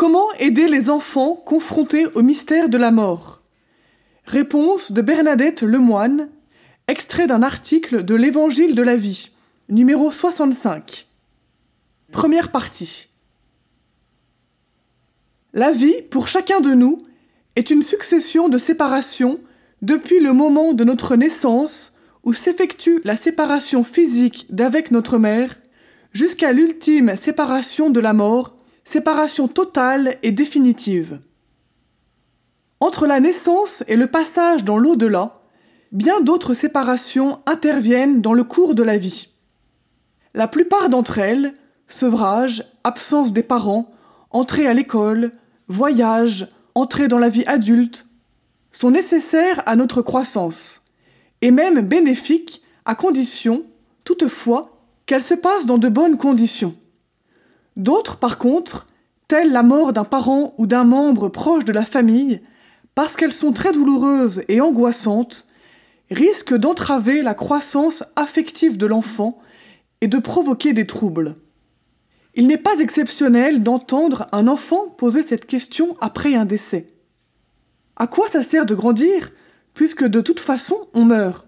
Comment aider les enfants confrontés au mystère de la mort? Réponse de Bernadette Lemoine, extrait d'un article de l'Évangile de la vie, numéro 65. Première partie. La vie, pour chacun de nous, est une succession de séparations depuis le moment de notre naissance où s'effectue la séparation physique d'avec notre mère jusqu'à l'ultime séparation de la mort, séparation totale et définitive. Entre la naissance et le passage dans l'au-delà, bien d'autres séparations interviennent dans le cours de la vie. La plupart d'entre elles, sevrage, absence des parents, entrée à l'école, voyage, entrée dans la vie adulte, sont nécessaires à notre croissance, et même bénéfiques à condition, toutefois, qu'elles se passent dans de bonnes conditions. D'autres, par contre, telles la mort d'un parent ou d'un membre proche de la famille, parce qu'elles sont très douloureuses et angoissantes, risquent d'entraver la croissance affective de l'enfant et de provoquer des troubles. Il n'est pas exceptionnel d'entendre un enfant poser cette question après un décès. À quoi ça sert de grandir, puisque de toute façon on meurt?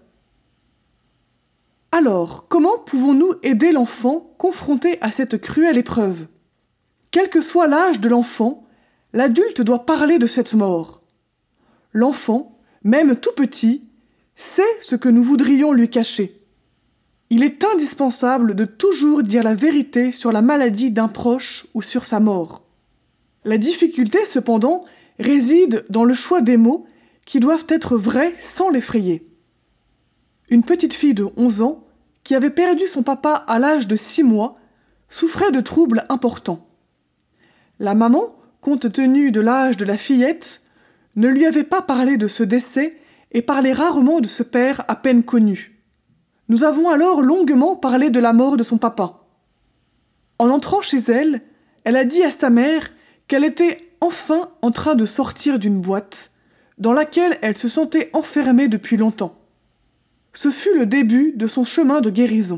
Alors, comment pouvons-nous aider l'enfant confronté à cette cruelle épreuve? Quel que soit l'âge de l'enfant, l'adulte doit parler de cette mort. L'enfant, même tout petit, sait ce que nous voudrions lui cacher. Il est indispensable de toujours dire la vérité sur la maladie d'un proche ou sur sa mort. La difficulté, cependant, réside dans le choix des mots qui doivent être vrais sans l'effrayer. Une petite fille de 11 ans, qui avait perdu son papa à l'âge de 6 mois, souffrait de troubles importants. La maman, compte tenu de l'âge de la fillette, ne lui avait pas parlé de ce décès et parlait rarement de ce père à peine connu. Nous avons alors longuement parlé de la mort de son papa. En entrant chez elle, elle a dit à sa mère qu'elle était enfin en train de sortir d'une boîte dans laquelle elle se sentait enfermée depuis longtemps. Ce fut le début de son chemin de guérison.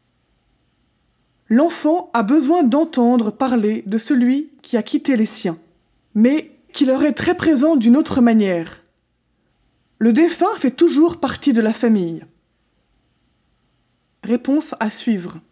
L'enfant a besoin d'entendre parler de celui qui a quitté les siens, mais qui leur est très présent d'une autre manière. Le défunt fait toujours partie de la famille. Réponse à suivre.